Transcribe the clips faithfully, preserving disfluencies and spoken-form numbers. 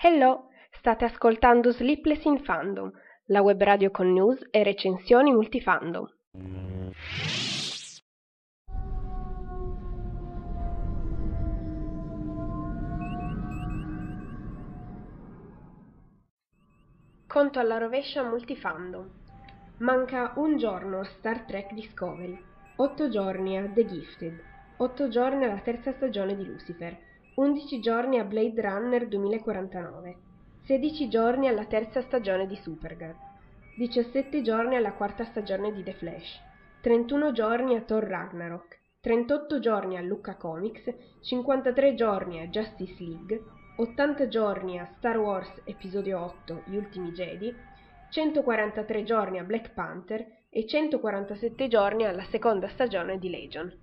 Hello, state ascoltando Sleepless in Fandom, la web radio con news e recensioni multifandom. Conto alla rovescia multifandom. Manca un giorno a Star Trek Discovery, otto giorni a The Gifted, otto giorni alla terza stagione di Lucifer, undici giorni a Blade Runner duemilaquarantanove, sedici giorni alla terza stagione di Supergirl, diciassette giorni alla quarta stagione di The Flash, trentuno giorni a Thor Ragnarok, trentotto giorni a Lucca Comics, cinquantatré giorni a Justice League, ottanta giorni a Star Wars Episodio otto Gli Ultimi Jedi, centoquarantatré giorni a Black Panther e centoquarantasette giorni alla seconda stagione di Legion.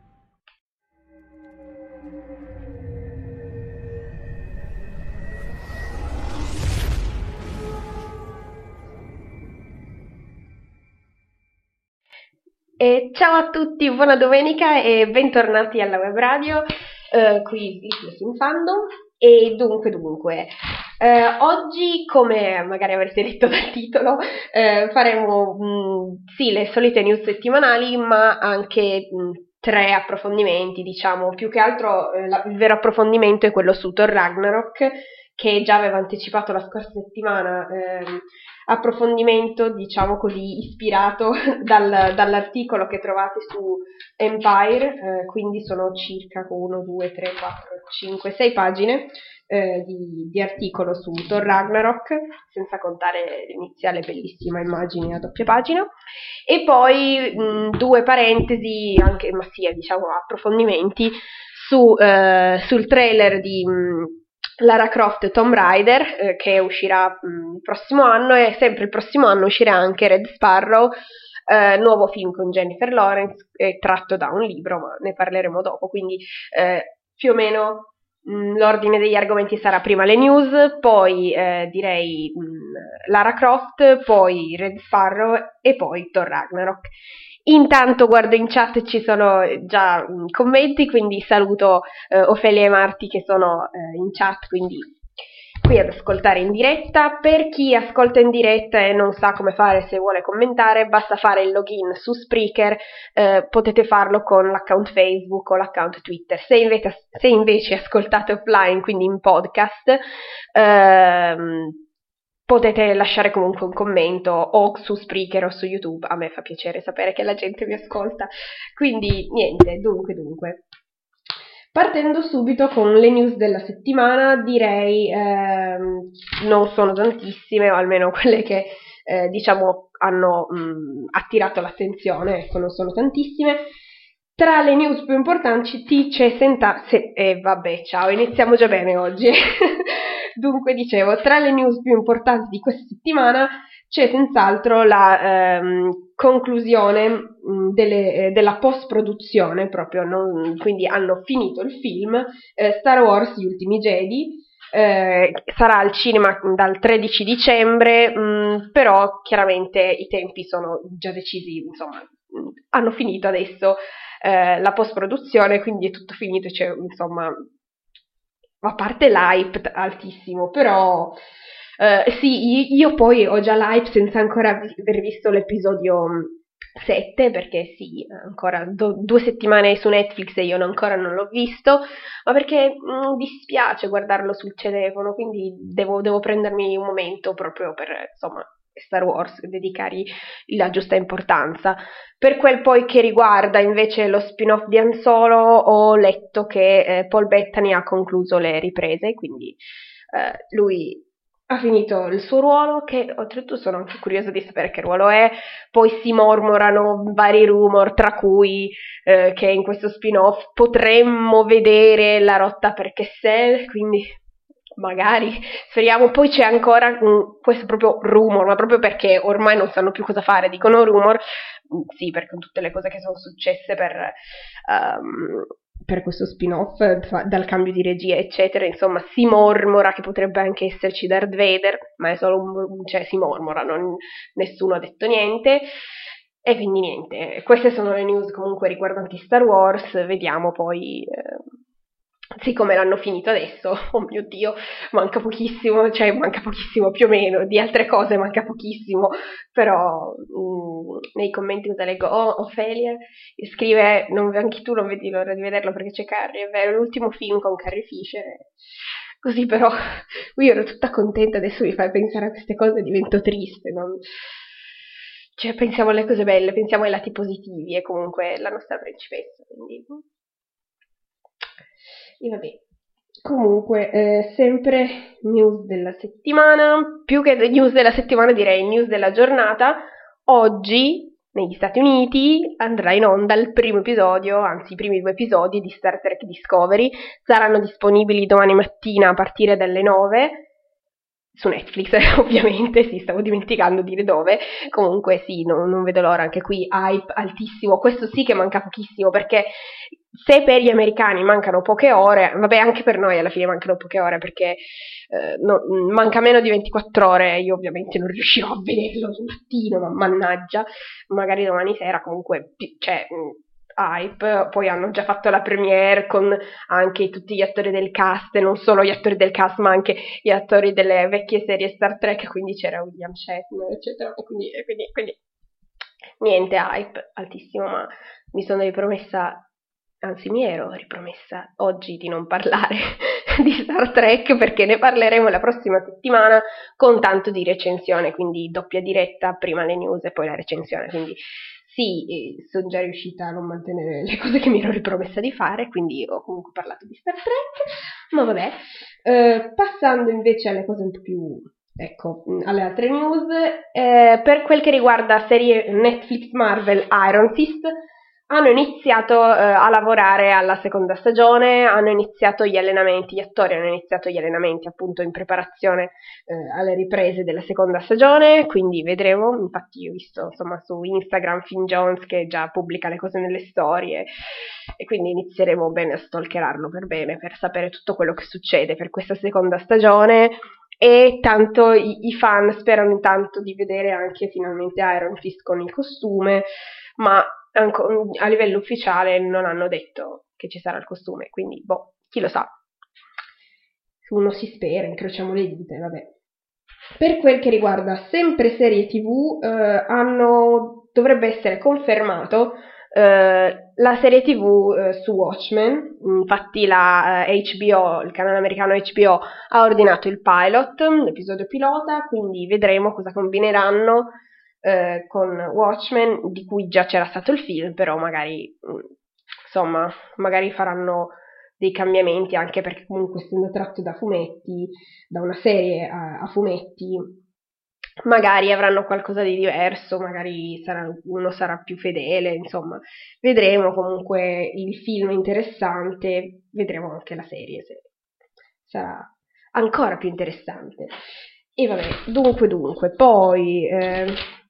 E ciao a tutti, buona domenica e bentornati alla web radio, eh, qui Sleepless in Fandom. E dunque dunque, eh, oggi, come magari avrete letto dal titolo, eh, faremo mh, sì le solite news settimanali, ma anche mh, tre approfondimenti, diciamo. Più che altro eh, la, il vero approfondimento è quello su Thor Ragnarok, che già aveva anticipato la scorsa settimana, eh, approfondimento, diciamo così, ispirato dal, dall'articolo che trovate su Empire, eh, quindi sono circa uno, due, tre, quattro, cinque, sei pagine eh, di, di articolo su Thor Ragnarok, senza contare l'iniziale bellissima immagine a doppia pagina, e poi mh, due parentesi, anche, ma sì, diciamo approfondimenti, su, eh, sul trailer di mh, Lara Croft Tomb Raider, eh, che uscirà mh, il prossimo anno, e sempre il prossimo anno uscirà anche Red Sparrow, eh, nuovo film con Jennifer Lawrence, eh, tratto da un libro, ma ne parleremo dopo, quindi eh, più o meno mh, l'ordine degli argomenti sarà prima le news, poi eh, direi mh, Lara Croft, poi Red Sparrow e poi Thor Ragnarok. Intanto guardo in chat e ci sono già mh, commenti, quindi saluto eh, Ofelia e Marti che sono eh, in chat, quindi qui ad ascoltare in diretta. Per chi ascolta in diretta e non sa come fare, se vuole commentare, basta fare il login su Spreaker, eh, potete farlo con l'account Facebook o l'account Twitter. Se invece, se invece ascoltate offline, quindi in podcast, ehm, potete lasciare comunque un commento o su Spreaker o su YouTube. A me fa piacere sapere che la gente mi ascolta. Quindi niente, dunque dunque. Partendo subito con le news della settimana, direi ehm, non sono tantissime, o almeno quelle che eh, diciamo hanno mh, attirato l'attenzione, ecco, non sono tantissime. Tra le news più importanti c'è senta... Se, eh, vabbè, ciao, iniziamo già bene oggi. Dunque, dicevo, tra le news più importanti di questa settimana c'è senz'altro la ehm, conclusione mh, delle, eh, della post-produzione, proprio, non, quindi hanno finito il film, eh, Star Wars Gli Ultimi Jedi, eh, sarà al cinema dal tredici dicembre, mh, però chiaramente i tempi sono già decisi, insomma, mh, hanno finito adesso eh, la post-produzione, quindi è tutto finito, c'è, insomma, a parte l'hype altissimo, però eh, sì, io poi ho già l'hype senza ancora aver visto l'episodio sette, perché sì, ancora do, due settimane su Netflix e io ancora non l'ho visto, ma perché mi dispiace guardarlo sul telefono, quindi devo, devo prendermi un momento proprio per, insomma, Star Wars, dedicargli la giusta importanza. Per quel poi che riguarda invece lo spin-off di Han Solo, ho letto che eh, Paul Bettany ha concluso le riprese, quindi eh, lui ha finito il suo ruolo, che oltretutto sono anche curiosa di sapere che ruolo è. Poi si mormorano vari rumor, tra cui eh, che in questo spin-off potremmo vedere la rotta per Kessel, quindi magari, speriamo. Poi c'è ancora mh, questo proprio rumor, ma proprio perché ormai non sanno più cosa fare, dicono rumor, mh, sì, perché con tutte le cose che sono successe per, um, per questo spin-off, dal cambio di regia, eccetera, insomma, si mormora che potrebbe anche esserci Darth Vader, ma è solo un, cioè si mormora, non, nessuno ha detto niente. E quindi niente, queste sono le news comunque riguardanti Star Wars, vediamo poi... Eh, siccome l'hanno finito adesso, oh mio Dio, manca pochissimo, cioè manca pochissimo più o meno, di altre cose manca pochissimo, però mh, nei commenti cosa leggo? Oh, Ophelia scrive, non, anche tu non vedi l'ora di vederlo perché c'è Carrie, è vero, l'ultimo film con Carrie Fisher, così però io ero tutta contenta, adesso mi fai pensare a queste cose e divento triste, non... cioè pensiamo alle cose belle, pensiamo ai lati positivi, e comunque la nostra principessa, quindi... E vabbè. Comunque, eh, sempre news della settimana, più che news della settimana direi news della giornata. Oggi negli Stati Uniti andrà in onda il primo episodio, anzi i primi due episodi di Star Trek Discovery, saranno disponibili domani mattina a partire dalle nove su Netflix, ovviamente, sì, stavo dimenticando di dire dove, comunque sì, no, non vedo l'ora, anche qui hype altissimo, questo sì che manca pochissimo, perché se per gli americani mancano poche ore, vabbè anche per noi alla fine mancano poche ore, perché eh, no, manca meno di ventiquattro ore, io ovviamente non riuscirò a vederlo al mattino, ma mannaggia, magari domani sera, comunque, cioè... hype, poi hanno già fatto la premiere con anche tutti gli attori del cast, e non solo gli attori del cast ma anche gli attori delle vecchie serie Star Trek, quindi c'era William Shatner eccetera, e quindi, e quindi, quindi niente, hype altissimo, ma mi sono ripromessa, anzi mi ero ripromessa oggi di non parlare di Star Trek, perché ne parleremo la prossima settimana con tanto di recensione, quindi doppia diretta, prima le news e poi la recensione, quindi sì, sono già riuscita a non mantenere le cose che mi ero ripromessa di fare, quindi ho comunque parlato di Star Trek, ma vabbè. Eh, passando invece alle cose un po' più, ecco, alle altre news, eh, per quel che riguarda serie Netflix Marvel Iron Fist, hanno iniziato eh, a lavorare alla seconda stagione, hanno iniziato gli allenamenti, gli attori hanno iniziato gli allenamenti appunto in preparazione eh, alle riprese della seconda stagione, quindi vedremo, infatti io ho visto insomma su Instagram Finn Jones che già pubblica le cose nelle storie, e quindi inizieremo bene a stalkerarlo per bene, per sapere tutto quello che succede per questa seconda stagione, e tanto i, i fan sperano intanto di vedere anche finalmente Iron Fist con il costume, ma a livello ufficiale non hanno detto che ci sarà il costume, quindi boh, chi lo sa, uno si spera, incrociamo le dita, vabbè. Per quel che riguarda sempre serie tv, eh, hanno, dovrebbe essere confermato eh, la serie tv eh, su Watchmen, infatti la eh, H B O, il canale americano H B O ha ordinato il pilot, l'episodio pilota, quindi vedremo cosa combineranno Eh, con Watchmen, di cui già c'era stato il film, però magari insomma magari faranno dei cambiamenti, anche perché comunque essendo tratto da fumetti, da una serie a, a fumetti, magari avranno qualcosa di diverso, magari sarà, uno sarà più fedele, insomma vedremo. Comunque il film è interessante, vedremo anche la serie se sarà ancora più interessante. E vabbè, dunque dunque poi eh,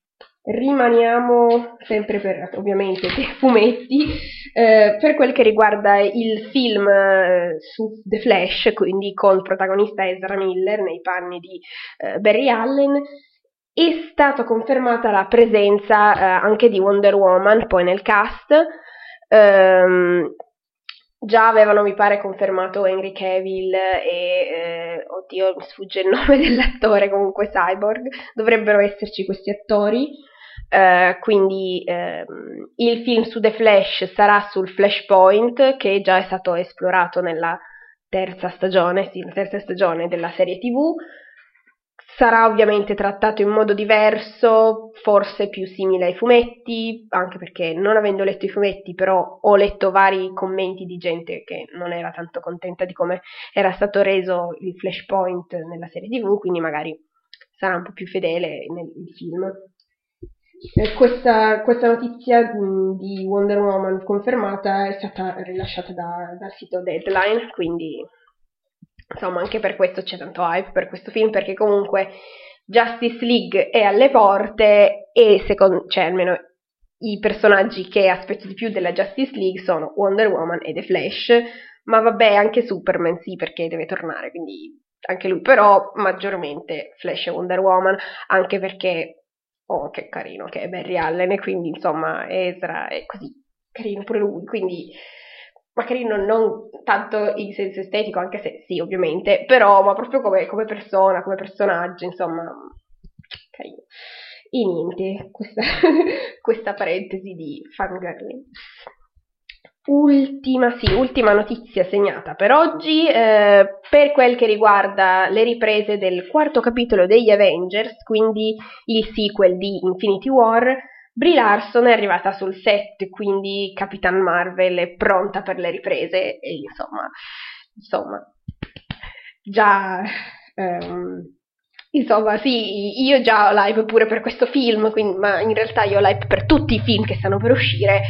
rimaniamo sempre per ovviamente dei fumetti, eh, per quel che riguarda il film eh, su The Flash, quindi con protagonista Ezra Miller nei panni di eh, Barry Allen. È stata confermata la presenza eh, anche di Wonder Woman poi nel cast. ehm, Già avevano, mi pare, confermato Henry Cavill e, eh, oddio, mi sfugge il nome dell'attore, comunque Cyborg, dovrebbero esserci questi attori, eh, quindi eh, il film su The Flash sarà sul Flashpoint, che già è stato esplorato nella terza stagione, sì, la terza stagione della serie tv. Sarà ovviamente trattato in modo diverso, forse più simile ai fumetti, anche perché non avendo letto i fumetti, però ho letto vari commenti di gente che non era tanto contenta di come era stato reso il Flashpoint nella serie tv, quindi magari sarà un po' più fedele nel film. Eh, questa, questa notizia mh, di Wonder Woman confermata è stata rilasciata da, dal sito Deadline, quindi insomma anche per questo c'è tanto hype per questo film, perché comunque Justice League è alle porte e secondo, cioè almeno i personaggi che aspetto di più della Justice League sono Wonder Woman e The Flash, ma vabbè anche Superman sì, perché deve tornare, quindi anche lui, però maggiormente Flash e Wonder Woman, anche perché oh che carino che è Barry Allen, e quindi insomma Ezra è così carino pure lui, quindi magari non, non tanto in senso estetico, anche se sì, ovviamente, però ma proprio come, come persona, come personaggio, insomma, carino. E niente, questa, questa parentesi di fangirling. Ultima, sì, ultima notizia segnata per oggi, eh, per quel che riguarda le riprese del quarto capitolo degli Avengers, quindi il sequel di Infinity War. Brie Larson è arrivata sul set, quindi Capitan Marvel è pronta per le riprese e insomma, insomma, già, ehm, insomma, sì, io già ho l'hype pure per questo film, quindi, ma in realtà io ho l'hype per tutti i film che stanno per uscire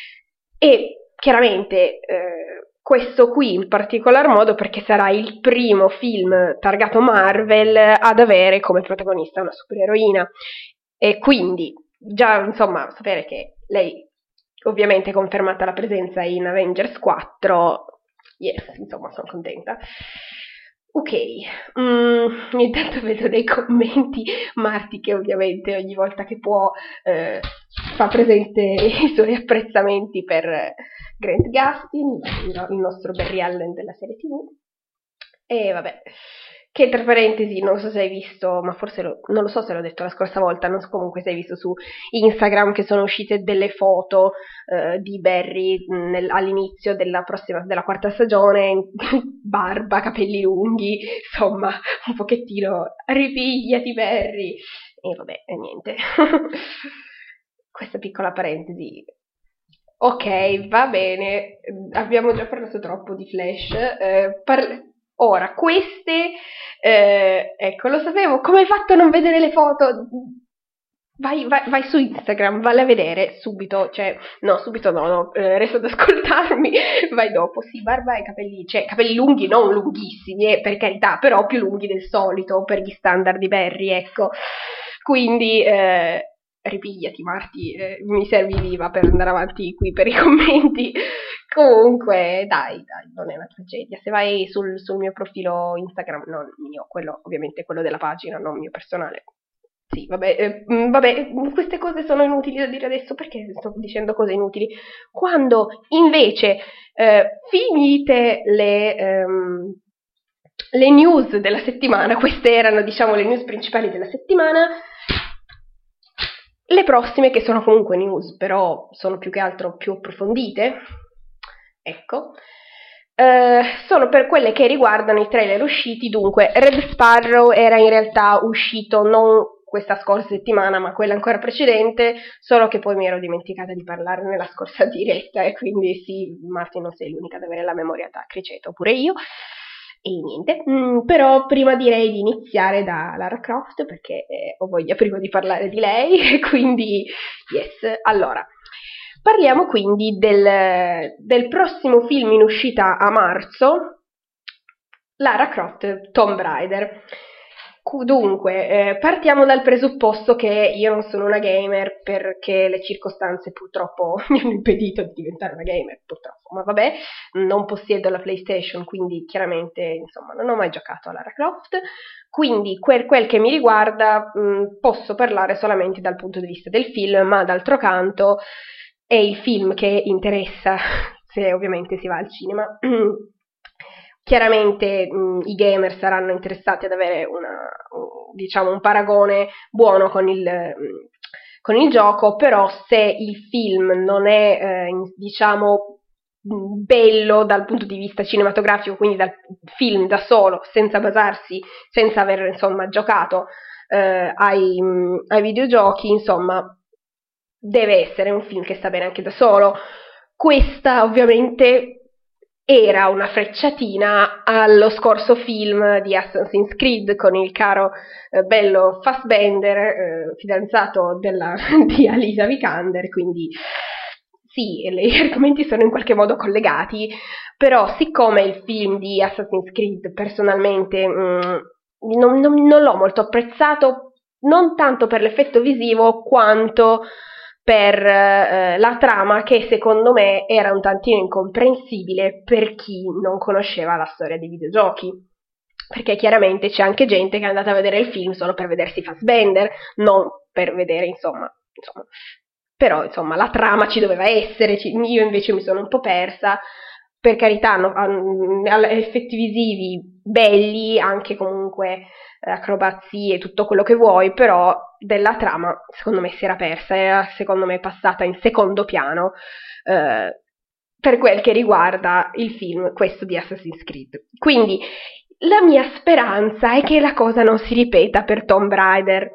e chiaramente eh, questo qui in particolar modo perché sarà il primo film targato Marvel ad avere come protagonista una supereroina e quindi già insomma sapere che lei ovviamente è confermata la presenza in Avengers quattro, yes, insomma sono contenta. Ok, mm, intanto vedo nei commenti Marti che ovviamente ogni volta che può eh, fa presente i suoi apprezzamenti per Grant Gustin, il nostro Barry Allen della serie tivù. E vabbè, che tra parentesi, non so se hai visto, ma forse lo, non lo so se l'ho detto la scorsa volta, non so comunque se hai visto su Instagram che sono uscite delle foto eh, di Barry nel, all'inizio della prossima, della quarta stagione, barba, capelli lunghi, insomma, un pochettino ripigliati Barry. E vabbè, e niente. Questa piccola parentesi. Ok, va bene, abbiamo già parlato troppo di Flash. Eh, par- ora, queste, eh, ecco, lo sapevo, come hai fatto a non vedere le foto? Vai, vai, vai su Instagram, valle a vedere subito, cioè, no, subito no, no, eh, resta ad ascoltarmi, vai dopo, sì, barba e capelli, cioè, capelli lunghi, non lunghissimi, eh, per carità, però più lunghi del solito, per gli standard di Barry, ecco, quindi, eh, ripigliati Marti, eh, mi servi viva per andare avanti qui per i commenti. Comunque dai dai, non è una tragedia, se vai sul, sul mio profilo Instagram, non mio, quello ovviamente quello della pagina, non mio personale, sì vabbè, eh, mh, vabbè, queste cose sono inutili da dire adesso perché sto dicendo cose inutili, quando invece eh, finite le ehm, le news della settimana, queste erano diciamo le news principali della settimana. Le prossime, che sono comunque news, però sono più che altro più approfondite, ecco, eh, sono per quelle che riguardano i trailer usciti. Dunque, Red Sparrow era in realtà uscito non questa scorsa settimana, ma quella ancora precedente, solo che poi mi ero dimenticata di parlarne nella scorsa diretta, e quindi sì, Marti, non sei l'unica ad avere la memoria da criceto, pure io. E niente, mm, però prima direi di iniziare da Lara Croft perché eh, ho voglia prima di parlare di lei, quindi yes. Allora, parliamo quindi del, del prossimo film in uscita a marzo, Lara Croft Tomb Raider. Dunque, eh, partiamo dal presupposto che io non sono una gamer perché le circostanze purtroppo mi hanno impedito di diventare una gamer, purtroppo, ma vabbè, non possiedo la PlayStation, quindi chiaramente, insomma, non ho mai giocato a Lara Croft, quindi per quel che mi riguarda mh, posso parlare solamente dal punto di vista del film, ma d'altro canto è il film che interessa se ovviamente si va al cinema. Chiaramente mh, i gamer saranno interessati ad avere una, diciamo, un paragone buono con il, mh, con il gioco, però se il film non è, eh, diciamo, bello dal punto di vista cinematografico, quindi dal film da solo, senza basarsi, senza aver insomma giocato eh, ai, mh, ai videogiochi, insomma, deve essere un film che sta bene anche da solo. Questa ovviamente era una frecciatina allo scorso film di Assassin's Creed con il caro eh, bello Fassbender, eh, fidanzato della, di Alicia Vikander, quindi sì, gli argomenti sono in qualche modo collegati, però siccome il film di Assassin's Creed personalmente mh, non, non, non l'ho molto apprezzato, non tanto per l'effetto visivo quanto per eh, la trama, che secondo me era un tantino incomprensibile per chi non conosceva la storia dei videogiochi, perché chiaramente c'è anche gente che è andata a vedere il film solo per vedersi Fassbender, non per vedere insomma, insomma però insomma la trama ci doveva essere, io invece mi sono un po' persa, per carità hanno, hanno effetti visivi belli, anche comunque acrobazie, tutto quello che vuoi, però della trama secondo me si era persa, era secondo me passata in secondo piano eh, per quel che riguarda il film questo di Assassin's Creed. Quindi la mia speranza è che la cosa non si ripeta per Tomb Raider,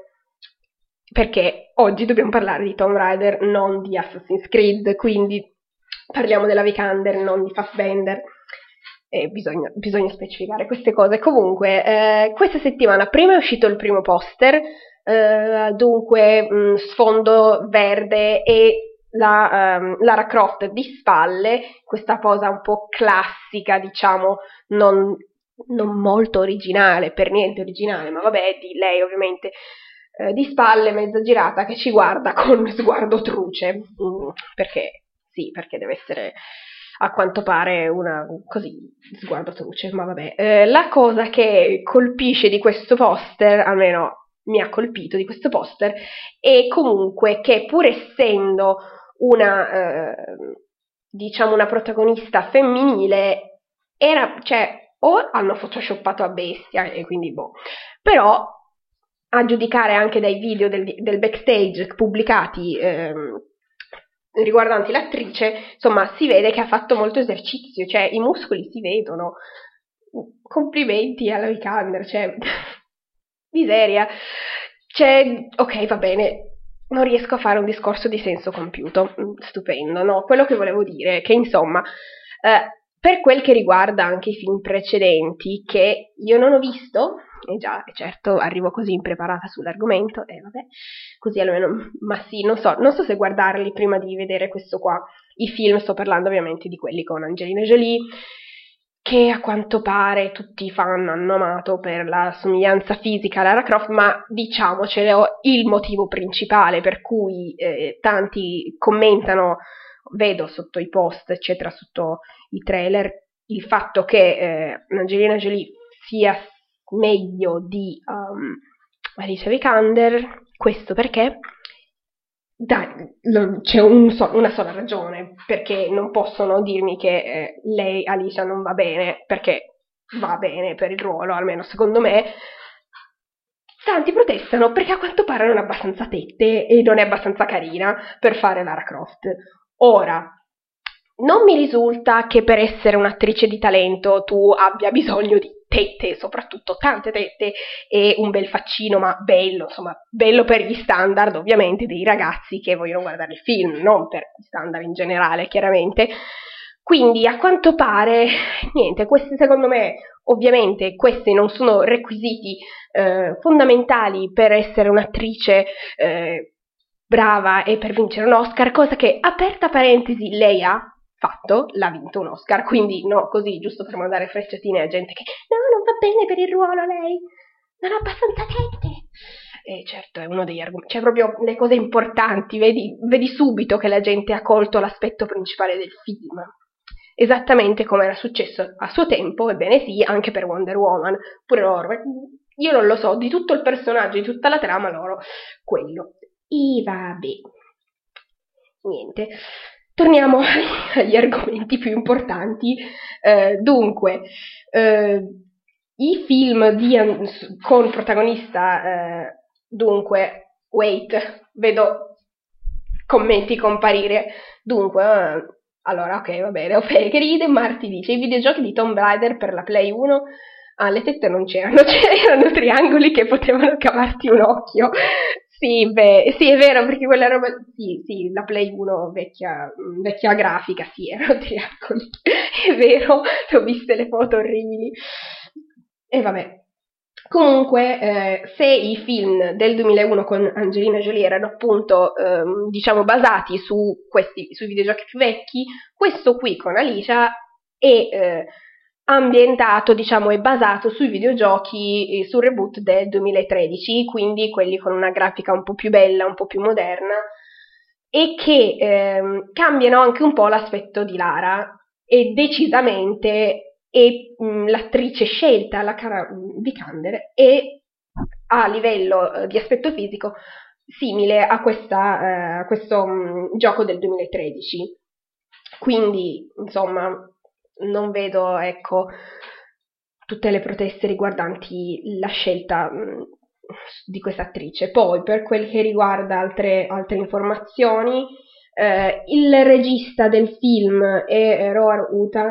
perché oggi dobbiamo parlare di Tomb Raider, non di Assassin's Creed, quindi parliamo della Vikander, non di Fassbender. Eh, bisogna, bisogna specificare queste cose. Comunque, eh, questa settimana prima è uscito il primo poster, eh, dunque mh, sfondo verde e la, um, Lara Croft di spalle, questa posa un po' classica, diciamo, non, non molto originale, per niente originale, ma vabbè, di lei ovviamente eh, di spalle, mezza girata, che ci guarda con sguardo truce, mm, perché sì, perché deve essere a quanto pare una così sguardo truce, ma vabbè. Eh, la cosa che colpisce di questo poster, almeno mi ha colpito di questo poster, è comunque che pur essendo una eh, diciamo una protagonista femminile, era, cioè, o hanno photoshoppato a bestia e quindi boh, però a giudicare anche dai video del, del backstage pubblicati ehm, riguardanti l'attrice, insomma, si vede che ha fatto molto esercizio, cioè i muscoli si vedono. Complimenti alla Vikander, cioè miseria. Cioè, ok, va bene, non riesco a fare un discorso di senso compiuto, stupendo, no? Quello che volevo dire è che, insomma, eh, per quel che riguarda anche i film precedenti, che io non ho visto, e già, certo, arrivo così impreparata sull'argomento, e eh, vabbè, così almeno, ma sì, non so, non so se guardarli prima di vedere questo qua. I film, sto parlando ovviamente di quelli con Angelina Jolie, che a quanto pare tutti i fan hanno amato per la somiglianza fisica a Lara Croft, ma diciamocelo, il motivo principale per cui eh, tanti commentano, vedo sotto i post, eccetera, sotto i trailer, il fatto che eh, Angelina Jolie sia meglio di um, Alicia Vikander, questo perché? Dai, lo, c'è un so, una sola ragione, perché non possono dirmi che eh, lei, Alicia, non va bene, perché va bene per il ruolo, almeno secondo me. Tanti protestano perché a quanto pare non è abbastanza tette e non è abbastanza carina per fare Lara Croft. Ora, non mi risulta che per essere un'attrice di talento tu abbia bisogno di tette, soprattutto tante tette e un bel faccino, ma bello, insomma, bello per gli standard ovviamente dei ragazzi che vogliono guardare il film, non per gli standard in generale, chiaramente. Quindi a quanto pare, niente, questi secondo me, ovviamente, questi non sono requisiti eh, fondamentali per essere un'attrice eh, brava e per vincere un Oscar, cosa che, aperta parentesi, lei ha fatto, l'ha vinto un Oscar, quindi no, così, giusto per mandare frecciatine a gente che no, non va bene per il ruolo lei, non ha abbastanza tette. E certo, è uno degli argomenti, cioè proprio le cose importanti, vedi, vedi subito che la gente ha colto l'aspetto principale del film. Esattamente come era successo a suo tempo, ebbene sì, anche per Wonder Woman, pure loro, io non lo so, di tutto il personaggio, di tutta la trama, loro, quello. E vabbè, niente, torniamo agli argomenti più importanti. Eh, dunque, eh, i film di, con protagonista, eh, dunque, wait, vedo commenti comparire, dunque, eh, allora, ok, va bene, ok, che ride, Marti dice, i videogiochi di Tomb Raider per la Play uno, ah, le tette non c'erano, c'erano triangoli che potevano cavarti un occhio. Sì, beh, sì, è vero, perché quella roba, sì, sì, la Play uno vecchia, vecchia grafica, sì, erano triangoli, è vero, ho viste le foto orribili, e vabbè. Comunque, eh, se i film del duemilauno con Angelina Jolie erano appunto, ehm, diciamo, basati su questi, sui videogiochi più vecchi, questo qui con Alicia è eh, ambientato, diciamo, è basato sui videogiochi, eh, sul reboot del duemilatredici, quindi quelli con una grafica un po' più bella, un po' più moderna, e che ehm, cambiano anche un po' l'aspetto di Lara, e decisamente e mh, l'attrice scelta, la cara Vikander, è a livello eh, di aspetto fisico simile a, questa, eh, a questo mh, gioco del duemilatredici. Quindi, insomma, non vedo, ecco, tutte le proteste riguardanti la scelta mh, di questa attrice. Poi, per quel che riguarda altre, altre informazioni, eh, il regista del film è Roar Uta.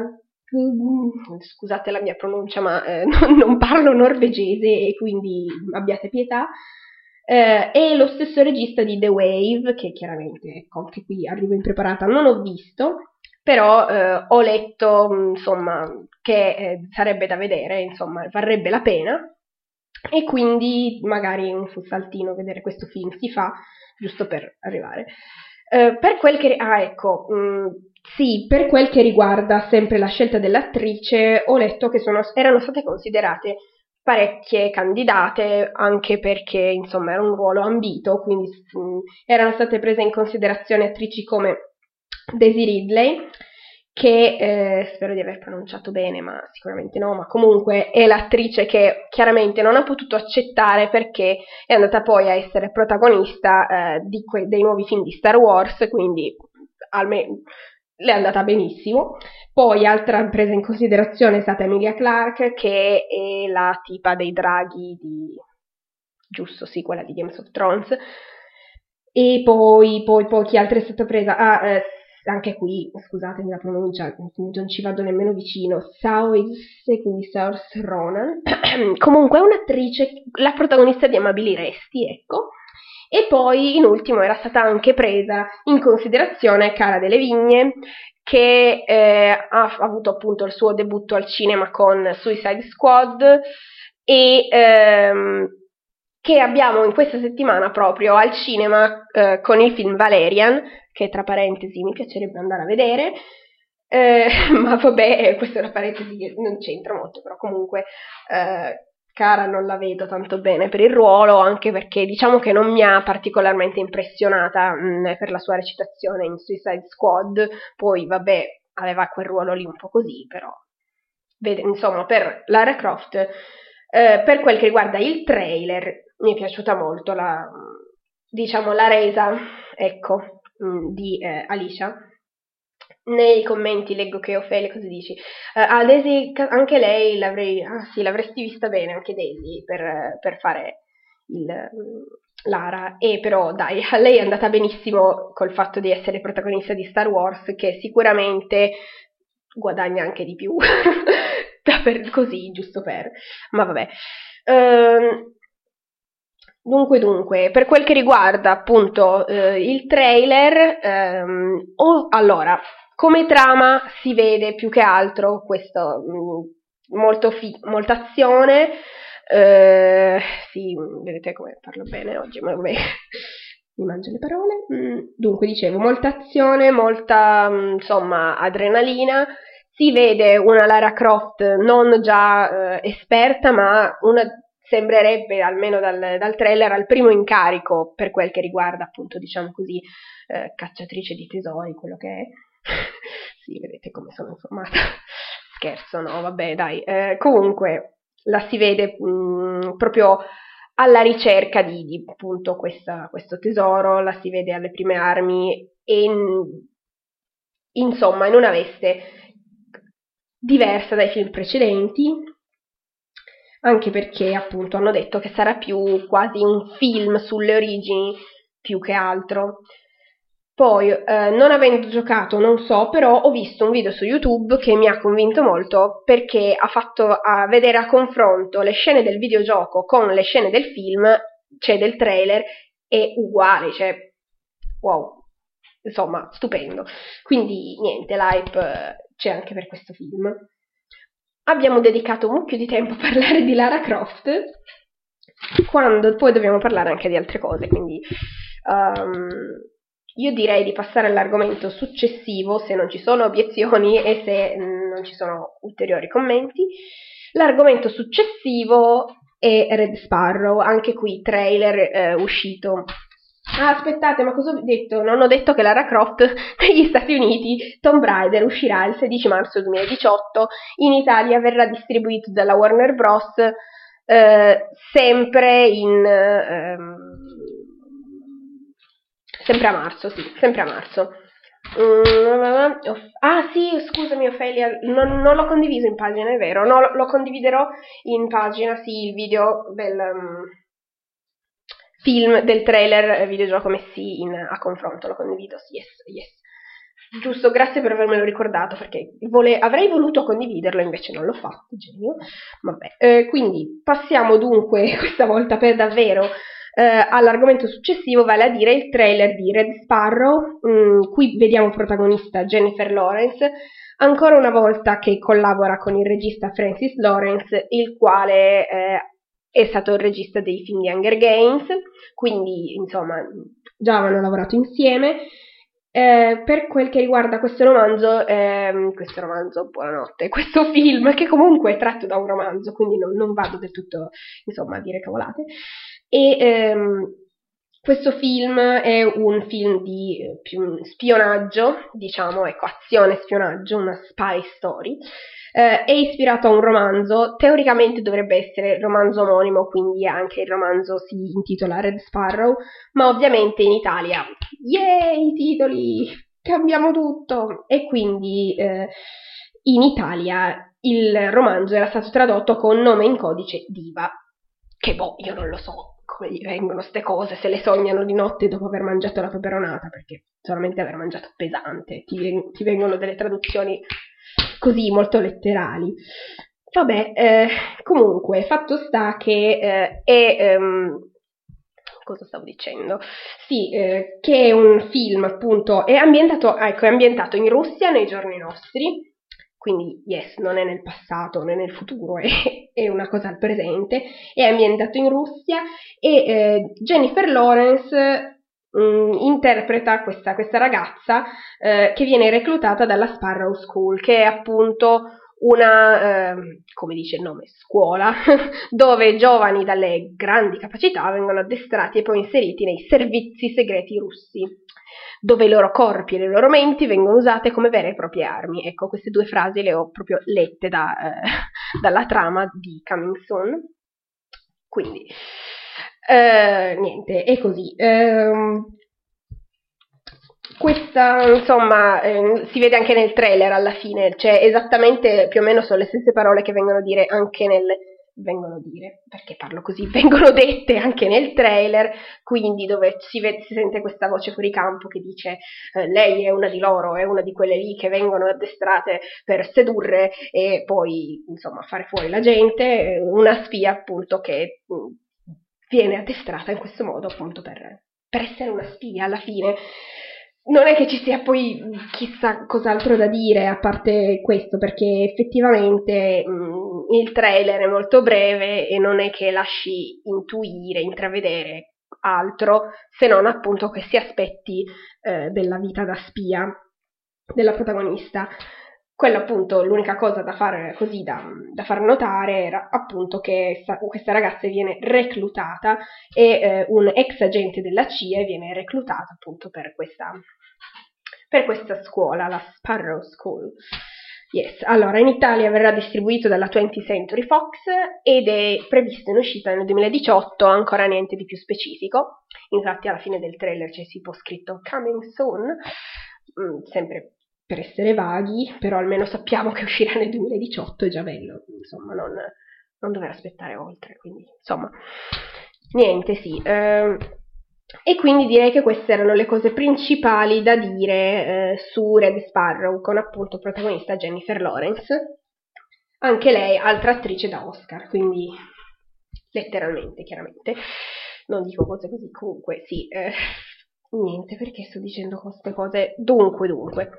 Scusate la mia pronuncia, ma eh, non, non parlo norvegese e quindi abbiate pietà. Eh, è lo stesso regista di The Wave, che chiaramente, ecco, anche qui arrivo impreparata, non ho visto, però eh, ho letto, insomma, che eh, sarebbe da vedere, insomma, varrebbe la pena, e quindi magari un saltino vedere questo film si fa, giusto per arrivare. Eh, per quel che... Ah, ecco, mh, sì, per quel che riguarda sempre la scelta dell'attrice, ho letto che sono, erano state considerate parecchie candidate, anche perché, insomma, era un ruolo ambito, quindi mh, erano state prese in considerazione attrici come Daisy Ridley, che eh, spero di aver pronunciato bene, ma sicuramente no, ma comunque è l'attrice che chiaramente non ha potuto accettare perché è andata poi a essere protagonista eh, di que- dei nuovi film di Star Wars, quindi almeno le è andata benissimo. Poi altra presa in considerazione è stata Emilia Clarke, che è la tipa dei draghi di... giusto, sì, quella di Game of Thrones. E poi, poi, poi chi altra è stata presa? Ah, eh, anche qui, scusatemi la pronuncia, non ci vado nemmeno vicino, Saoirse, quindi Saoirse Ronan, comunque è un'attrice, la protagonista di Amabili Resti, ecco, e poi in ultimo era stata anche presa in considerazione Cara Delevingne, che eh, ha avuto appunto il suo debutto al cinema con Suicide Squad e ehm, che abbiamo in questa settimana proprio al cinema eh, con il film Valerian, che tra parentesi mi piacerebbe andare a vedere, eh, ma vabbè, questa è una parentesi che non c'entra molto, però comunque eh, Cara non la vedo tanto bene per il ruolo, anche perché diciamo che non mi ha particolarmente impressionata mh, per la sua recitazione in Suicide Squad, poi vabbè, aveva quel ruolo lì un po' così, però vede, insomma, per Lara Croft, eh, per quel che riguarda il trailer, mi è piaciuta molto la, diciamo, la resa, ecco, mh, di eh, Alicia. Nei commenti leggo che Ophelia, cosa dici? Uh, ah, Daisy, anche lei l'avrei, ah sì, l'avresti vista bene anche Daisy per, per fare il, Lara, e però dai, a lei è andata benissimo col fatto di essere protagonista di Star Wars, che sicuramente guadagna anche di più, per, così, giusto per, ma vabbè. Um, Dunque, dunque, per quel che riguarda appunto eh, il trailer, ehm, oh, allora, come trama si vede più che altro questo, mh, molto fi- molta azione, eh, sì, vedete come parlo bene oggi, ma vabbè, mi mangio le parole. Mm, dunque, dicevo, molta azione, molta, mh, insomma, adrenalina. Si vede una Lara Croft non già eh, esperta, ma una sembrerebbe, almeno dal, dal trailer, al primo incarico per quel che riguarda, appunto, diciamo così, eh, cacciatrice di tesori, quello che è. Sì, vedete come sono informata. Scherzo, no, vabbè, dai. Eh, comunque, la si vede mh, proprio alla ricerca di, di appunto, questa, questo tesoro, la si vede alle prime armi e, in, insomma, in una veste diversa dai film precedenti, anche perché appunto hanno detto che sarà più quasi un film sulle origini più che altro. Poi, eh, non avendo giocato, non so, però ho visto un video su YouTube che mi ha convinto molto perché ha fatto a vedere a confronto le scene del videogioco con le scene del film, cioè del trailer, è uguale, cioè wow, insomma, stupendo. Quindi niente, l'hype eh, c'è anche per questo film. Abbiamo dedicato un mucchio di tempo a parlare di Lara Croft, quando poi dobbiamo parlare anche di altre cose, quindi um, io direi di passare all'argomento successivo se non ci sono obiezioni e se non ci sono ulteriori commenti. L'argomento successivo è Red Sparrow, anche qui trailer eh, uscito. Ah, aspettate, ma cosa ho detto? Non ho detto che Lara Croft negli Stati Uniti, Tomb Raider uscirà il sedici marzo duemiladiciotto, in Italia verrà distribuito dalla Warner Bros. Eh, sempre in ehm, sempre a marzo, sì, sempre a marzo. Mm, ah sì, scusami Ophelia, non, non l'ho condiviso in pagina, è vero, no, lo, lo condividerò in pagina, sì, il video del um, film, del trailer eh, videogioco messi in, a confronto, lo condivido, sì, yes, yes. Giusto, grazie per avermelo ricordato, perché vole- avrei voluto condividerlo, invece non l'ho fatto, genio. Vabbè, eh, quindi passiamo dunque, questa volta per davvero, eh, all'argomento successivo, vale a dire il trailer di Red Sparrow. Mm, qui vediamo protagonista Jennifer Lawrence, ancora una volta che collabora con il regista Francis Lawrence, il quale eh, è stato il regista dei film di Hunger Games, quindi insomma già avevano lavorato insieme. Eh, per quel che riguarda questo romanzo, ehm, questo romanzo, buonanotte, questo film, che comunque è tratto da un romanzo, quindi non, non vado del tutto, insomma, a dire cavolate, e ehm, questo film è un film di eh, più spionaggio, diciamo, ecco, azione e spionaggio, una spy story. Eh, è ispirato a un romanzo, teoricamente dovrebbe essere il romanzo omonimo, quindi anche il romanzo si intitola Red Sparrow, ma ovviamente in Italia, yay, i titoli, cambiamo tutto! E quindi eh, in Italia il romanzo era stato tradotto con nome in codice Diva, che boh, io non lo so come gli vengono ste cose, se le sognano di notte dopo aver mangiato la peperonata, perché solamente aver mangiato pesante, ti, ti vengono delle traduzioni così molto letterali. Vabbè, eh, comunque, fatto sta che eh, è... ehm, cosa stavo dicendo? Sì, eh, che è un film appunto, è ambientato, ecco, è ambientato in Russia nei giorni nostri, quindi yes, non è nel passato, non è nel futuro, è, è una cosa al presente, è ambientato in Russia e eh, Jennifer Lawrence mh, interpreta questa, questa ragazza eh, che viene reclutata dalla Sparrow School, che è appunto una, eh, come dice il nome, scuola, dove giovani dalle grandi capacità vengono addestrati e poi inseriti nei servizi segreti russi, dove i loro corpi e le loro menti vengono usate come vere e proprie armi. Ecco, queste due frasi le ho proprio lette da, eh, dalla trama di Coming Soon. Quindi, eh, niente, è così. Eh, questa, insomma, eh, si vede anche nel trailer alla fine, cioè esattamente più o meno sono le stesse parole che vengono dire anche nel vengono dire, perché parlo così, vengono dette anche nel trailer, quindi dove si, vede, si sente questa voce fuori campo che dice eh, lei è una di loro, è una di quelle lì che vengono addestrate per sedurre e poi insomma fare fuori la gente, una spia appunto che mh, viene addestrata in questo modo appunto per, per essere una spia alla fine. Non è che ci sia poi chissà cos'altro da dire a parte questo, perché effettivamente mh, il trailer è molto breve e non è che lasci intuire, intravedere altro se non appunto questi aspetti eh, della vita da spia della protagonista. Quello appunto, l'unica cosa da fare così da, da far notare era appunto che sta, questa ragazza viene reclutata e eh, un ex agente della C I A viene reclutato appunto per questa, per questa scuola, la Sparrow School. Yes. Allora, in Italia verrà distribuito dalla twentieth Century Fox ed è previsto in uscita nel duemiladiciotto, ancora niente di più specifico. Infatti alla fine del trailer c'è tipo scritto Coming Soon, mm, sempre per essere vaghi, però almeno sappiamo che uscirà nel duemiladiciotto, è già bello, insomma, non, non dover aspettare oltre, quindi insomma, niente, sì. Eh, e quindi direi che queste erano le cose principali da dire eh, su Red Sparrow, con appunto protagonista Jennifer Lawrence, anche lei altra attrice da Oscar, quindi letteralmente, chiaramente, non dico cose così, comunque sì, eh, niente, perché sto dicendo queste cose, dunque, dunque.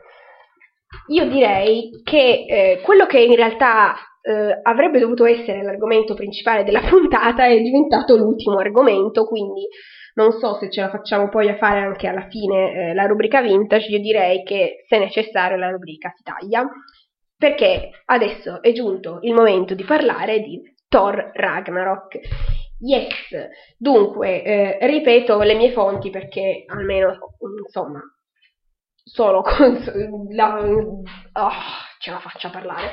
Io direi che eh, quello che in realtà eh, avrebbe dovuto essere l'argomento principale della puntata è diventato l'ultimo argomento, quindi non so se ce la facciamo poi a fare anche alla fine eh, la rubrica vintage, io direi che se necessario la rubrica si taglia, perché adesso è giunto il momento di parlare di Thor Ragnarok. Yes, dunque, eh, ripeto le mie fonti perché almeno, insomma, solo con la, oh, ce la faccio a parlare.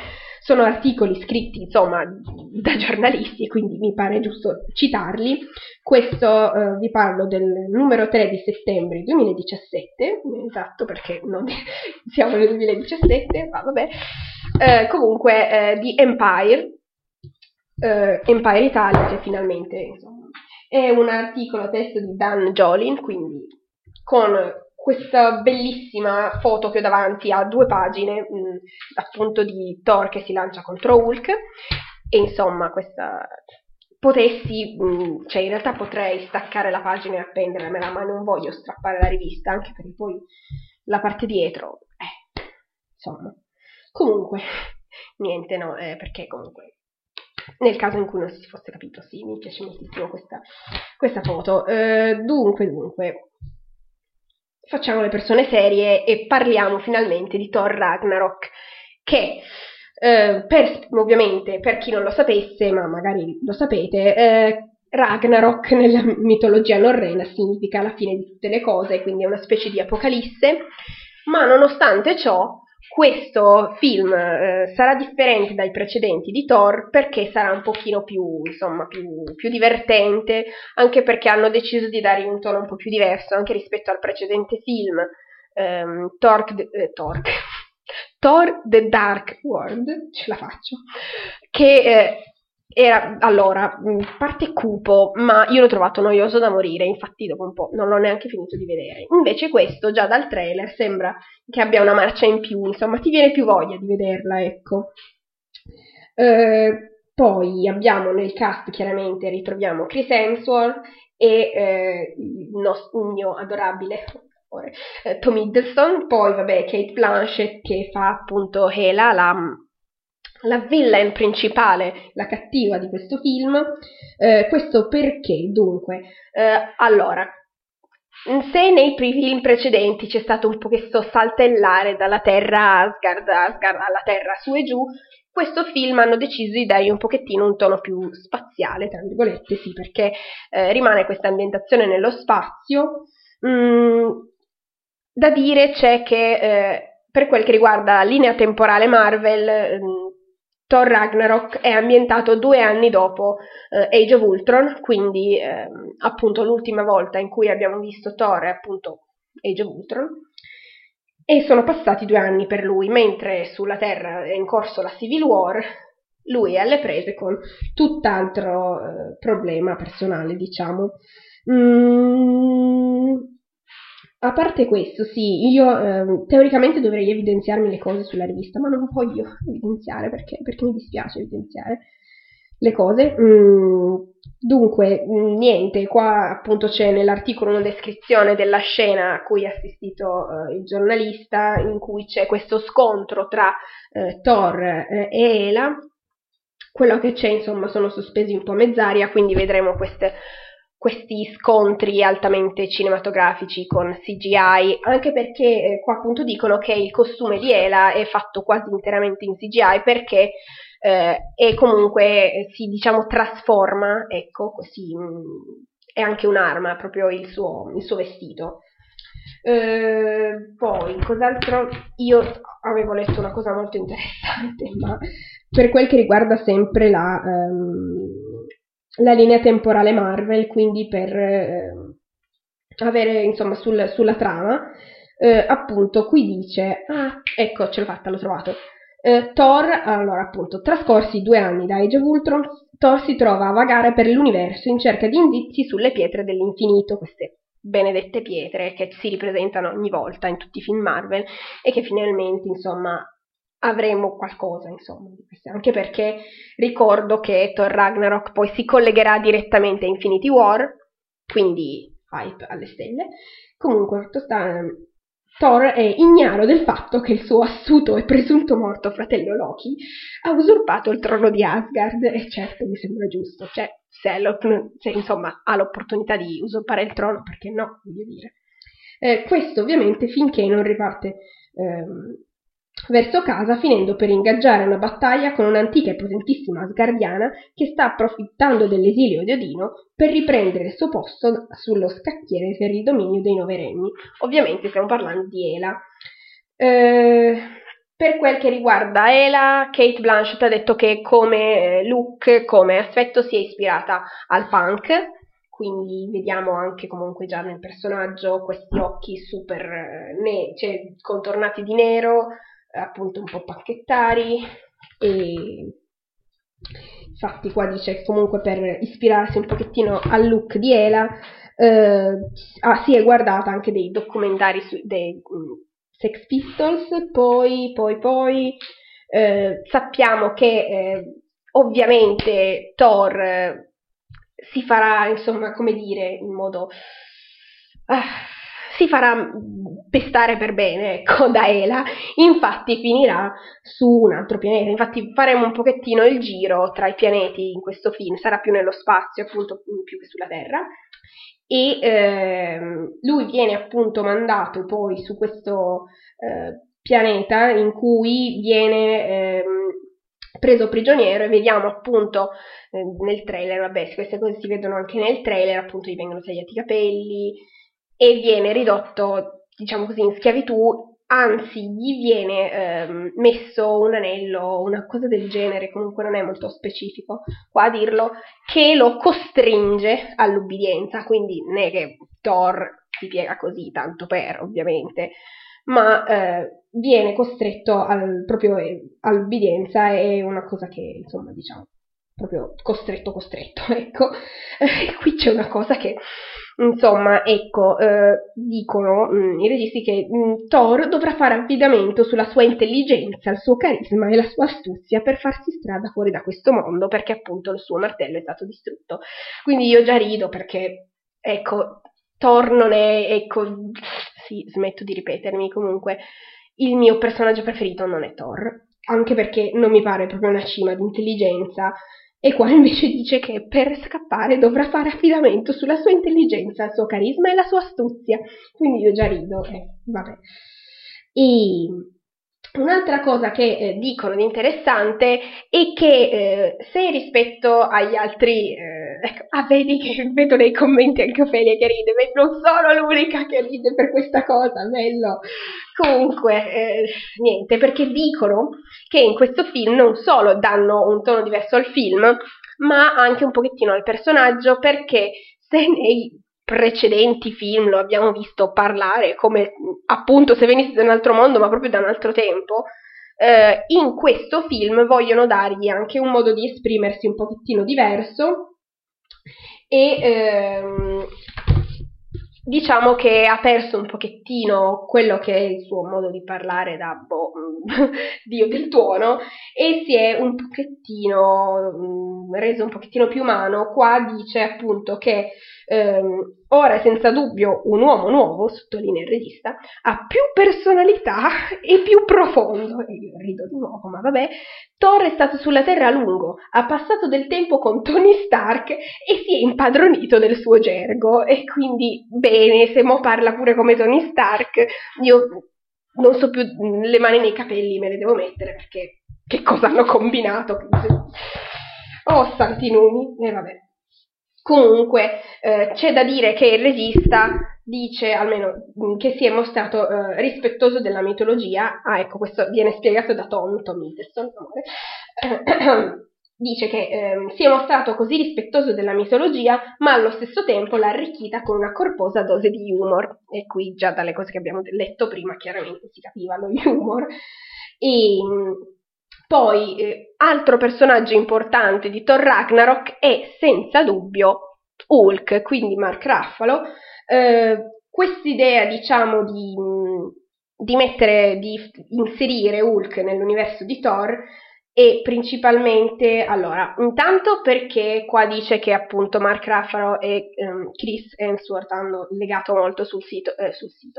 sono articoli scritti insomma da giornalisti e quindi mi pare giusto citarli. Questo eh, vi parlo del numero tre di settembre duemiladiciassette, esatto perché non siamo nel duemiladiciassette, ma vabbè, eh, comunque eh, di Empire, eh, Empire Italia, che finalmente insomma è un articolo a testo di Dan Jolin, quindi con questa bellissima foto che ho davanti a due pagine, mh, appunto di Thor che si lancia contro Hulk, e insomma questa potessi, mh, cioè in realtà potrei staccare la pagina e appendermela, ma non voglio strappare la rivista, anche perché poi la parte dietro, eh, insomma, comunque, niente, no, eh, perché comunque nel caso in cui non si fosse capito, sì, mi piace moltissimo questa, questa foto. Eh, dunque, dunque, facciamo le persone serie e parliamo finalmente di Thor Ragnarok, che eh, per, ovviamente per chi non lo sapesse, ma magari lo sapete, eh, Ragnarok nella mitologia norrena significa la fine di tutte le cose, quindi è una specie di apocalisse, ma nonostante ciò questo film eh, sarà differente dai precedenti di Thor perché sarà un pochino più, insomma, più, più divertente, anche perché hanno deciso di dare un tono un po' più diverso anche rispetto al precedente film, ehm, Thor, eh, Thor, Thor The Dark World, ce la faccio, che eh, era, allora, parte cupo, ma io l'ho trovato noioso da morire, infatti dopo un po' non l'ho neanche finito di vedere. Invece questo, già dal trailer, sembra che abbia una marcia in più, insomma, ti viene più voglia di vederla, ecco. Eh, poi abbiamo nel cast, chiaramente, ritroviamo Chris Hemsworth e eh, il, nostro, il mio adorabile eh, Tom Hiddleston, poi vabbè Kate Blanchett che fa appunto Hela, la la villain principale, la cattiva di questo film. Eh, questo perché, dunque, eh, allora, se nei film precedenti c'è stato un po' questo saltellare dalla terra Asgard, Asgard alla terra su e giù, questo film hanno deciso di dargli un pochettino un tono più spaziale, tra virgolette, sì, perché eh, rimane questa ambientazione nello spazio. Mm, da dire c'è che eh, per quel che riguarda la linea temporale Marvel, mm, Thor Ragnarok è ambientato due anni dopo eh, Age of Ultron, quindi eh, appunto l'ultima volta in cui abbiamo visto Thor è appunto Age of Ultron, e sono passati due anni per lui, mentre sulla Terra è in corso la Civil War, lui è alle prese con tutt'altro eh, problema personale, diciamo. Mm, A parte questo, sì, io eh, teoricamente dovrei evidenziarmi le cose sulla rivista, ma non voglio evidenziare perché, perché mi dispiace evidenziare le cose. Mm, dunque, niente, qua appunto c'è nell'articolo una descrizione della scena a cui ha assistito eh, il giornalista, in cui c'è questo scontro tra eh, Thor eh, e Hela. Quello che c'è, insomma, sono sospesi un po' a mezz'aria, quindi vedremo queste questi scontri altamente cinematografici con C G I, anche perché eh, qua appunto dicono che il costume di Hela è fatto quasi interamente in C G I perché eh, e comunque eh, si diciamo trasforma, ecco, così mh, è anche un'arma proprio il suo, il suo vestito. Eh, poi, cos'altro? Io avevo letto una cosa molto interessante, ma per quel che riguarda sempre la... Um, la linea temporale Marvel, quindi per eh, avere insomma sul, sulla trama, eh, appunto qui dice, ah ecco ce l'ho fatta, l'ho trovato, eh, Thor, allora appunto, trascorsi due anni da Age of Ultron, Thor si trova a vagare per l'universo in cerca di indizi sulle pietre dell'infinito, queste benedette pietre che si ripresentano ogni volta in tutti i film Marvel e che finalmente insomma avremo qualcosa, insomma, di queste, anche perché ricordo che Thor Ragnarok poi si collegherà direttamente a Infinity War, quindi hype alle stelle. Comunque, sta, Thor è ignaro del fatto che il suo assuto e presunto morto fratello Loki ha usurpato il trono di Asgard, e certo mi sembra giusto, cioè se, lo, se insomma ha l'opportunità di usurpare il trono, perché no, voglio dire. Eh, questo ovviamente finché non riparte ehm, verso casa, finendo per ingaggiare una battaglia con un'antica e potentissima asgardiana che sta approfittando dell'esilio di Odino per riprendere il suo posto sullo scacchiere per il dominio dei nove regni. Ovviamente stiamo parlando di Hela. Eh, Per quel che riguarda Ela, Cate Blanchett ha detto che come look, come aspetto si è ispirata al punk, quindi vediamo anche comunque già nel personaggio questi occhi super ne- cioè, contornati di nero, appunto un po' panchettari, e infatti qua dice che comunque per ispirarsi un pochettino al look di Ela eh, ah, si è guardata anche dei documentari su, dei um, Sex Pistols, poi poi poi eh, sappiamo che eh, ovviamente Thor eh, si farà, insomma, come dire, in modo ah, si farà pestare per bene, ecco, da Ela, infatti finirà su un altro pianeta, infatti faremo un pochettino il giro tra i pianeti in questo film, sarà più nello spazio appunto più che sulla Terra, e ehm, lui viene appunto mandato poi su questo eh, pianeta in cui viene ehm, preso prigioniero, e vediamo appunto eh, nel trailer, vabbè, queste cose si vedono anche nel trailer, appunto gli vengono tagliati i capelli e viene ridotto, diciamo così, in schiavitù, anzi gli viene ehm, messo un anello, una cosa del genere, comunque non è molto specifico qua a dirlo, che lo costringe all'ubbidienza, quindi non è che Thor si piega così, tanto per, ovviamente, ma eh, viene costretto al, proprio eh, all'ubbidienza, è una cosa che, insomma, diciamo, proprio costretto, costretto, ecco. E qui c'è una cosa che, insomma, ecco, eh, dicono mh, i registi che mh, Thor dovrà fare affidamento sulla sua intelligenza, il suo carisma e la sua astuzia per farsi strada fuori da questo mondo, perché appunto il suo martello è stato distrutto. Quindi io già rido perché, ecco, Thor non è, ecco, sì, smetto di ripetermi, comunque, il mio personaggio preferito non è Thor, anche perché non mi pare proprio una cima di intelligenza, e qua invece dice che per scappare dovrà fare affidamento sulla sua intelligenza, il suo carisma e la sua astuzia, quindi io già rido, eh, vabbè. E un'altra cosa che eh, dicono di interessante è che eh, se rispetto agli altri, eh, ecco, ah, vedi che vedo nei commenti anche Ophelia che ride, ma non sono l'unica che ride per questa cosa, bello. Comunque, eh, niente, perché dicono che in questo film non solo danno un tono diverso al film, ma anche un pochettino al personaggio, perché se nei precedenti film lo abbiamo visto parlare come appunto se venisse da un altro mondo, ma proprio da un altro tempo, eh, in questo film vogliono dargli anche un modo di esprimersi un pochettino diverso, e ehm, diciamo che ha perso un pochettino quello che è il suo modo di parlare da boh, dio del tuono, e si è un pochettino mh, reso un pochettino più umano. Qua dice appunto che ehm, ora è senza dubbio un uomo nuovo, sottolinea il regista, ha più personalità e più profondo, e io rido di nuovo, ma vabbè. Thor è stato sulla Terra a lungo, ha passato del tempo con Tony Stark e si è impadronito del suo gergo, e quindi bene, se mo parla pure come Tony Stark, io non so più, le mani nei capelli me le devo mettere, perché che cosa hanno combinato? Oh, santi numi, e eh, vabbè. Comunque eh, c'è da dire che il regista dice, almeno, che si è mostrato eh, rispettoso della mitologia. Ah, ecco, questo viene spiegato da Tom, Tom Hiddleston, amore. Dice che eh, si è mostrato così rispettoso della mitologia, ma allo stesso tempo l'ha arricchita con una corposa dose di humor. E qui già dalle cose che abbiamo letto prima chiaramente si capiva lo humor. E poi, eh, altro personaggio importante di Thor Ragnarok è senza dubbio Hulk, quindi Mark Ruffalo. Eh, quest'idea, diciamo, di, di mettere, di inserire Hulk nell'universo di Thor è principalmente, allora, intanto perché qua dice che appunto Mark Ruffalo e um, Chris Hemsworth hanno legato molto sul sito, eh, sul sito,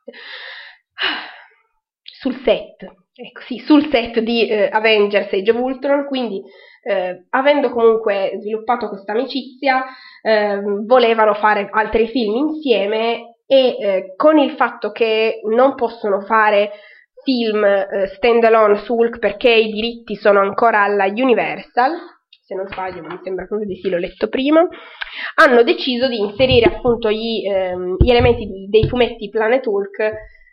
sul set, ecco sì, sul set di eh, Avengers Age of Ultron, quindi eh, avendo comunque sviluppato questa amicizia, eh, volevano fare altri film insieme, e eh, con il fatto che non possono fare film eh, stand alone su Hulk perché i diritti sono ancora alla Universal, se non sbaglio, mi sembra proprio di sì, l'ho letto prima, hanno deciso di inserire appunto gli, ehm, gli elementi di, dei fumetti Planet Hulk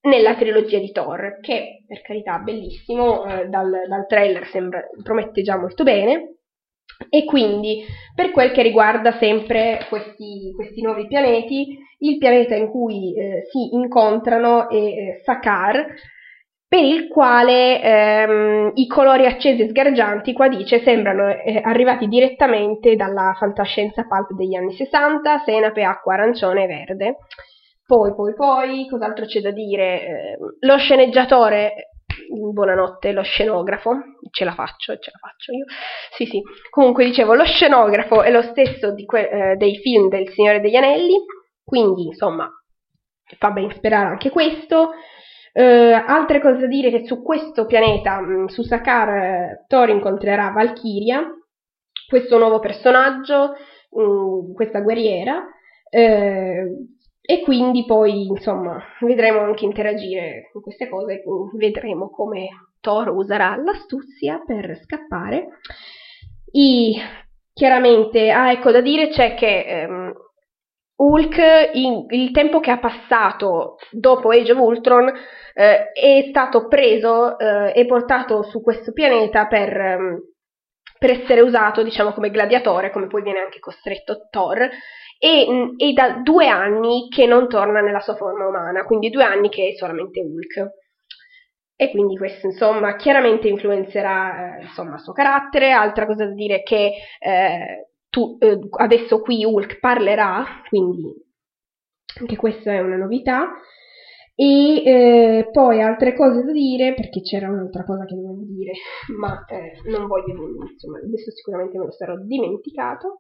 nella trilogia di Thor, che per carità bellissimo, eh, dal, dal trailer sembra, promette già molto bene. E quindi per quel che riguarda sempre questi, questi nuovi pianeti, il pianeta in cui eh, si incontrano è eh, Sakaar, per il quale ehm, i colori accesi e sgargianti, qua dice, sembrano eh, arrivati direttamente dalla fantascienza pulp degli anni sessanta, senape, acqua, arancione e verde. Poi, poi, poi, cos'altro c'è da dire? Eh, lo sceneggiatore, buonanotte, lo scenografo, ce la faccio, ce la faccio io, sì sì, comunque dicevo, lo scenografo è lo stesso di que- eh, dei film del Signore degli Anelli, quindi insomma fa ben sperare anche questo. Eh, altre cose da dire, che su questo pianeta, mh, su Sakaar, eh, Thor incontrerà Valkyria, questo nuovo personaggio, mh, questa guerriera, eh, e quindi poi insomma vedremo anche interagire con queste cose, vedremo come Thor userà l'astuzia per scappare. I, chiaramente, ah ecco da dire c'è che ehm, Hulk, in, il tempo che ha passato dopo Age of Ultron, eh, è stato preso eh, e portato su questo pianeta per, um, per essere usato, diciamo, come gladiatore, come poi viene anche costretto Thor, e, e da due anni che non torna nella sua forma umana, quindi due anni che è solamente Hulk. E quindi questo, insomma, chiaramente influenzerà eh, insomma, il suo carattere. Altra cosa da dire è che eh, tu, eh, adesso qui Hulk parlerà, quindi anche questa è una novità. E eh, poi altre cose da dire, perché c'era un'altra cosa che dovevo dire, ma eh, non voglio, insomma, adesso sicuramente me lo sarò dimenticato.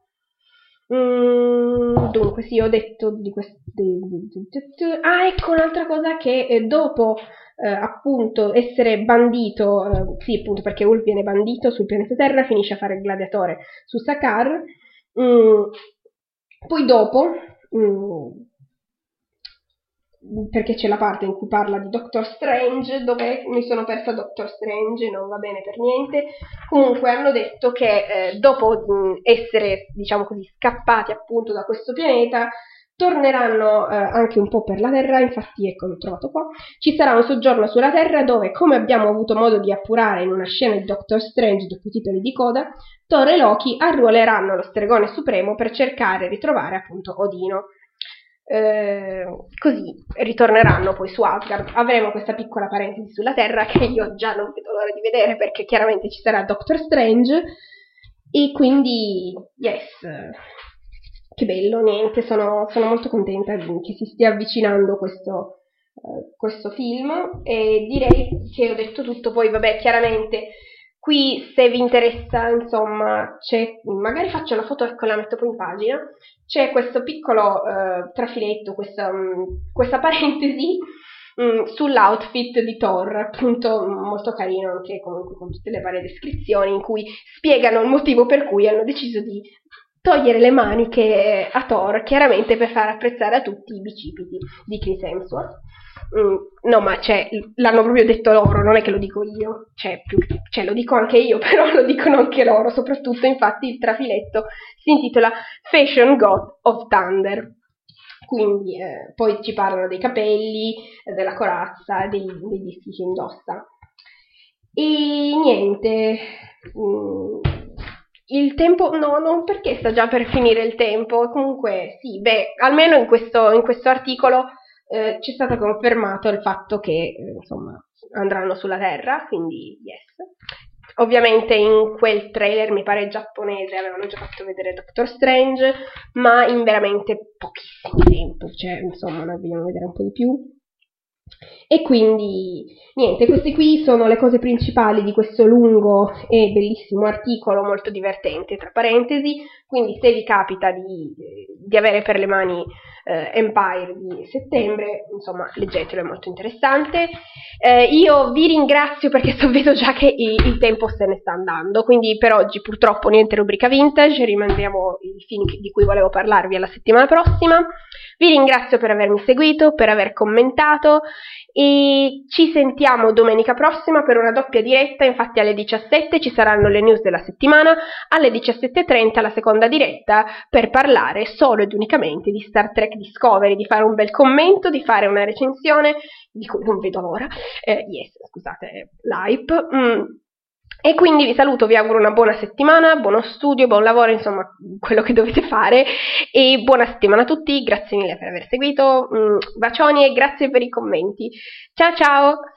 Mm, dunque sì, ho detto di questo. Ah, ecco un'altra cosa, che eh, dopo eh, appunto essere bandito, eh, sì appunto perché Hulk viene bandito sul pianeta Terra, finisce a fare il gladiatore su Sakaar, mm, poi dopo mm, perché c'è la parte in cui parla di Doctor Strange, dove mi sono persa Doctor Strange, non va bene per niente. Comunque hanno detto che eh, dopo mh, essere, diciamo così, scappati appunto da questo pianeta, torneranno eh, anche un po' per la Terra. Infatti ecco, l'ho trovato qua, ci sarà un soggiorno sulla Terra dove, come abbiamo avuto modo di appurare in una scena di Doctor Strange dopo i titoli di coda, Thor e Loki arruoleranno lo stregone supremo per cercare e ritrovare appunto Odino. Eh, così ritorneranno poi su Asgard. Avremo questa piccola parentesi sulla Terra che io già non vedo l'ora di vedere, perché chiaramente ci sarà Doctor Strange e quindi yes, che bello, niente, sono, sono molto contenta che si stia avvicinando questo, uh, questo film, e direi che ho detto tutto. Poi vabbè, chiaramente qui, se vi interessa, insomma, c'è, magari faccio una foto, ecco, la metto poi in pagina, c'è questo piccolo uh, trafiletto, questa, um, questa parentesi um, sull'outfit di Thor, appunto molto carino, anche comunque con tutte le varie descrizioni, in cui spiegano il motivo per cui hanno deciso di togliere le maniche a Thor, chiaramente per far apprezzare a tutti i bicipiti di Chris Hemsworth. Mm, no, ma cioè, l'hanno proprio detto loro, non è che lo dico io, cioè, più, cioè lo dico anche io, però lo dicono anche loro. Soprattutto, infatti, il trafiletto si intitola Fashion God of Thunder, quindi eh, poi ci parlano dei capelli, della corazza, dei, dei dischi che indossa. E niente, mm, il tempo, no, non perché sta già per finire il tempo. Comunque sì, beh, almeno in questo, in questo articolo Eh, c'è stato confermato il fatto che eh, insomma andranno sulla Terra, quindi yes. Ovviamente in quel trailer, mi pare giapponese, avevano già fatto vedere Doctor Strange, ma in veramente pochissimo tempo, cioè insomma noi vogliamo vedere un po' di più. E quindi niente, queste qui sono le cose principali di questo lungo e bellissimo articolo, molto divertente tra parentesi. Quindi se vi capita di, di avere per le mani eh, Empire di settembre, insomma leggetelo, è molto interessante. Eh, io vi ringrazio perché so, vedo già che il, il tempo se ne sta andando, quindi per oggi purtroppo niente rubrica vintage, rimandiamo il film di cui volevo parlarvi alla settimana prossima. Vi ringrazio per avermi seguito, per aver commentato e ci sentiamo domenica prossima per una doppia diretta. Infatti alle diciassette ci saranno le news della settimana, alle diciassette e trenta la seconda diretta per parlare solo ed unicamente di Star Trek Discovery, di fare un bel commento, di fare una recensione di cui non vedo l'ora. Eh, yes, scusate l'hype. Mm. E quindi vi saluto, vi auguro una buona settimana, buono studio, buon lavoro, insomma quello che dovete fare, e buona settimana a tutti, grazie mille per aver seguito, mm, bacioni e grazie per i commenti. Ciao ciao!